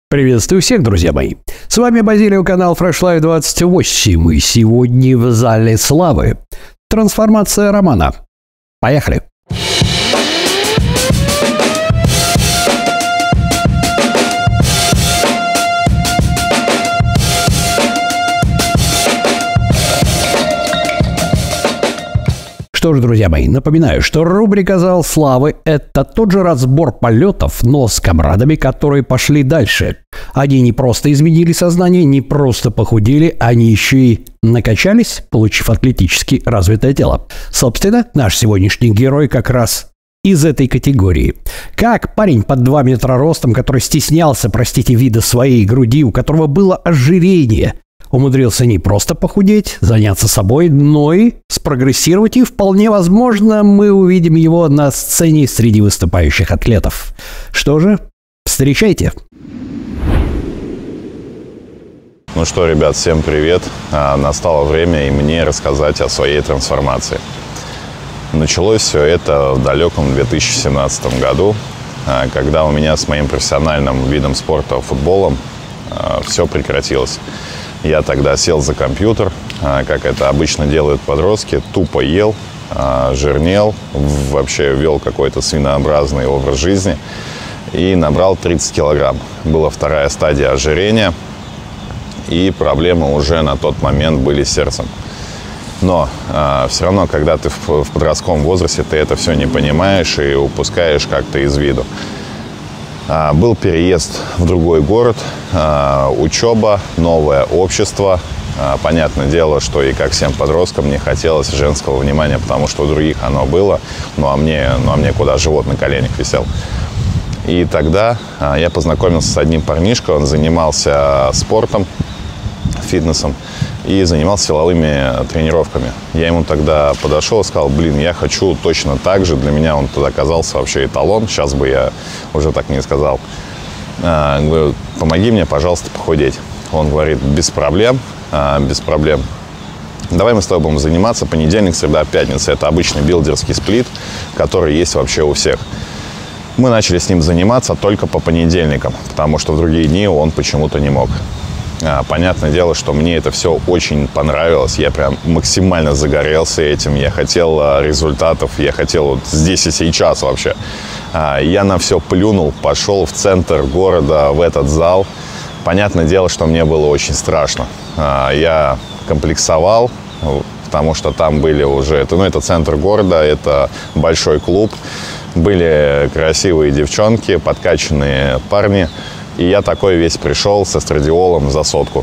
Приветствую всех, друзья мои. С вами Базилио, канал Fresh Life 28. И сегодня в зале славы трансформация Романа. Поехали. Что ж, друзья мои, напоминаю, что рубрика «Зал славы» — это тот же разбор полетов, но с комрадами, которые пошли дальше. Они не просто изменили сознание, не просто похудели, они еще и накачались, получив атлетически развитое тело. Собственно, наш сегодняшний герой как раз из этой категории. Как парень под 2 метра ростом, который стеснялся, вида своей груди, у которого было ожирение, умудрился не просто похудеть, заняться собой, но и спрогрессировать, и вполне возможно мы увидим его на сцене среди выступающих атлетов. Что же, встречайте. Ну что, ребят, всем привет. Настало время и мне рассказать о своей трансформации. Началось все это в далеком 2017 году, когда у меня с моим профессиональным видом спорта, футболом, все прекратилось. Я тогда сел за компьютер, как это обычно делают подростки, тупо ел, жирнел, вообще вел какой-то свинообразный образ жизни и набрал 30 килограмм. Была вторая стадия ожирения, и проблемы уже на тот момент были с сердцем. Но все равно, когда ты в подростковом возрасте, ты это все не понимаешь и упускаешь как-то из виду. Был переезд в другой город, учеба, новое общество. Понятное дело, что и как всем подросткам не хотелось женского внимания, потому что у других оно было, ну а мне куда живот на коленях висел. И тогда я познакомился с одним парнишкой, он занимался спортом, фитнесом и занимался силовыми тренировками. Я ему тогда подошел и сказал: блин, я хочу точно так же. Для меня он тогда казался вообще эталон. Сейчас бы я уже так не сказал. Говорю: помоги мне, пожалуйста, похудеть. Он говорит: без проблем, без проблем. Давай мы с тобой будем заниматься понедельник, среда, пятница. Это обычный билдерский сплит, который есть вообще у всех. Мы начали с ним заниматься только по понедельникам, потому что в другие дни он почему-то не мог. Понятное дело, что мне это все очень понравилось. Я прям максимально загорелся этим. Я хотел результатов, я хотел вот здесь и сейчас вообще. Я на все плюнул, пошел в центр города, в этот зал. Понятное дело, что мне было очень страшно. Я комплексовал, потому что там были уже... Это центр города, это большой клуб. Были красивые девчонки, подкачанные парни. И я такой весь пришел с эстрадиолом за 100.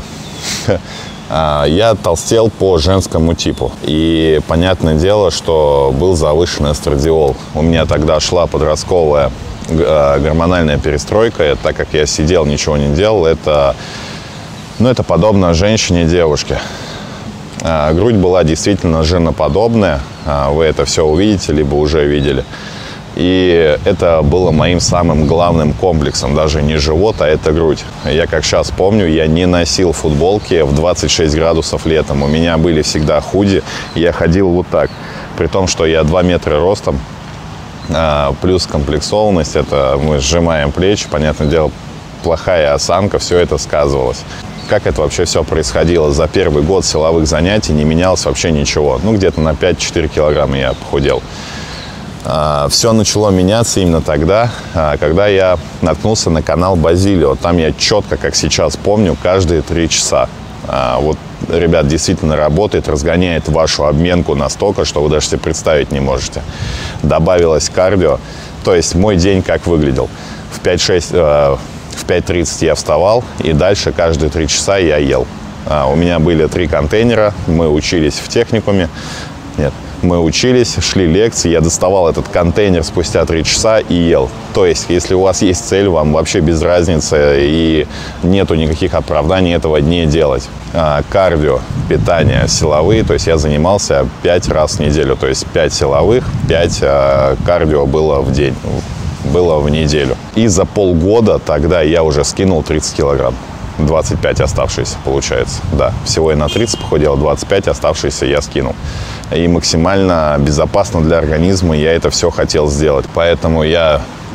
Я толстел по женскому типу. И понятное дело, что был завышенный эстрадиол. У меня тогда шла подростковая гормональная перестройка. Так как я сидел, ничего не делал, это подобно женщине, девушке. Грудь была действительно женоподобная. Вы это все увидите, либо уже видели. И это было моим самым главным комплексом. Даже не живот, а это грудь. Я как сейчас помню, я не носил футболки в 26 градусов летом. У меня были всегда худи. Я ходил вот так. При том, что я 2 метра ростом. Плюс комплексованность. Это мы сжимаем плечи. Понятное дело, плохая осанка. Все это сказывалось. Как это вообще все происходило? За первый год силовых занятий не менялось вообще ничего. Где-то на 5-4 килограмма я похудел. Все начало меняться именно тогда, когда я наткнулся на канал Базилио. Там я четко, как сейчас помню, каждые 3 часа. Вот, ребят, действительно работает, разгоняет вашу обменку настолько, что вы даже себе представить не можете. Добавилось кардио. То есть мой день как выглядел. В 5:30 я вставал, и дальше каждые 3 часа я ел. У меня были 3 контейнера, мы учились в техникуме. Мы учились, шли лекции, я доставал этот контейнер спустя 3 часа и ел. То есть, если у вас есть цель, вам вообще без разницы и нету никаких оправданий этого не делать. Кардио, питание, силовые, то есть я занимался 5 раз в неделю. То есть 5 силовых, 5 кардио было в день, было в неделю. И за полгода тогда я уже скинул 30 килограмм. 25 оставшиеся, получается. Да, всего я на 30 похудел, 25 оставшиеся я скинул. И максимально безопасно для организма я это все хотел сделать. Поэтому я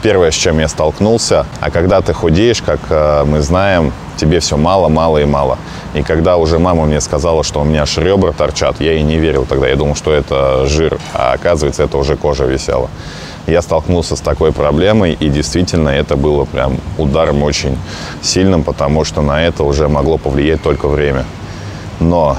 первое, с чем я столкнулся. А когда ты худеешь, как мы знаем, тебе все мало, мало и мало. И когда уже мама мне сказала, что у меня аж ребра торчат, я ей не верил тогда. Я думал, что это жир, а оказывается, это уже кожа висела. Я столкнулся с такой проблемой, и действительно это было прям ударом очень сильным, потому что на это уже могло повлиять только время. Но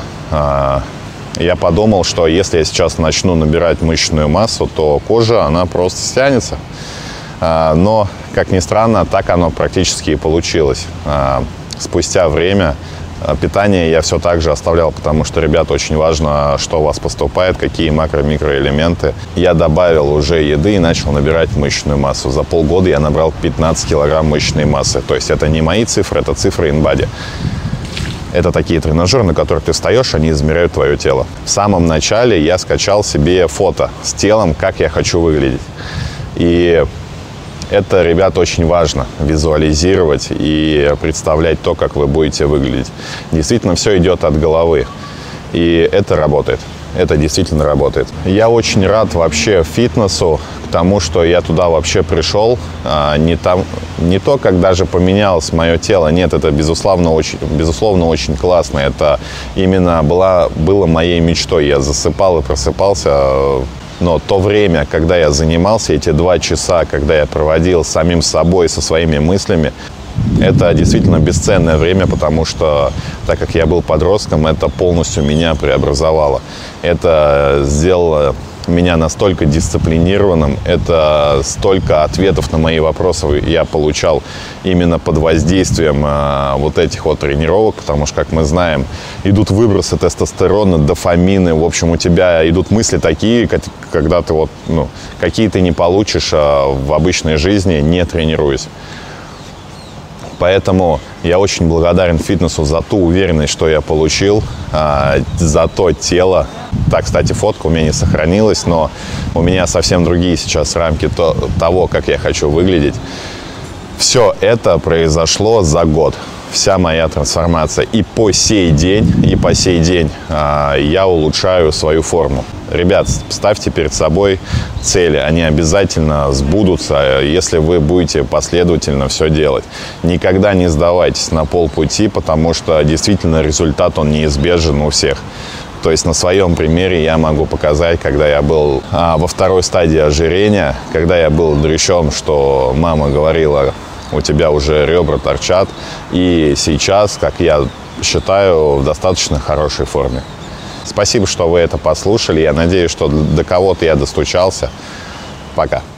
я подумал, что если я сейчас начну набирать мышечную массу, то кожа, она просто стянется. Но, как ни странно, так оно практически и получилось. Спустя время питание я все так же оставлял, потому что, ребят, очень важно, что у вас поступает, какие макро-микроэлементы. Я добавил уже еды и начал набирать мышечную массу. За полгода я набрал 15 килограмм мышечной массы. То есть это не мои цифры, это цифры InBody. Это такие тренажеры, на которых ты встаешь, они измеряют твое тело. В самом начале я скачал себе фото с телом, как я хочу выглядеть. И это, ребят, очень важно – визуализировать и представлять то, как вы будете выглядеть. Действительно, все идет от головы. И это работает. Это действительно работает. Я очень рад вообще фитнесу, к тому, что я туда вообще пришел. Не то, как даже поменялось мое тело. Нет, это безусловно очень классно. Это именно было моей мечтой. Я засыпал и просыпался. Но то время, когда я занимался, эти 2 часа, когда я проводил с самим собой, со своими мыслями, это действительно бесценное время, потому что, так как я был подростком, это полностью меня преобразовало. Это сделало меня настолько дисциплинированным, это столько ответов на мои вопросы я получал именно под воздействием вот этих вот тренировок, потому что, как мы знаем, идут выбросы тестостерона, дофамины, в общем, у тебя идут мысли такие, когда ты какие ты не получишь в обычной жизни, не тренируясь. Поэтому я очень благодарен фитнесу за ту уверенность, что я получил, за то тело. Так, кстати, фотка у меня не сохранилась, но у меня совсем другие сейчас рамки того, как я хочу выглядеть. Все это произошло за год. Вся моя трансформация. И по сей день я улучшаю свою форму. Ребят, ставьте перед собой цели. Они обязательно сбудутся, если вы будете последовательно все делать. Никогда не сдавайтесь на полпути, потому что действительно результат, он неизбежен у всех. То есть на своем примере я могу показать, когда я был во второй стадии ожирения, когда я был дрыщом, что мама говорила: у тебя уже ребра торчат. И сейчас, как я считаю, в достаточно хорошей форме. Спасибо, что вы это послушали. Я надеюсь, что до кого-то я достучался. Пока.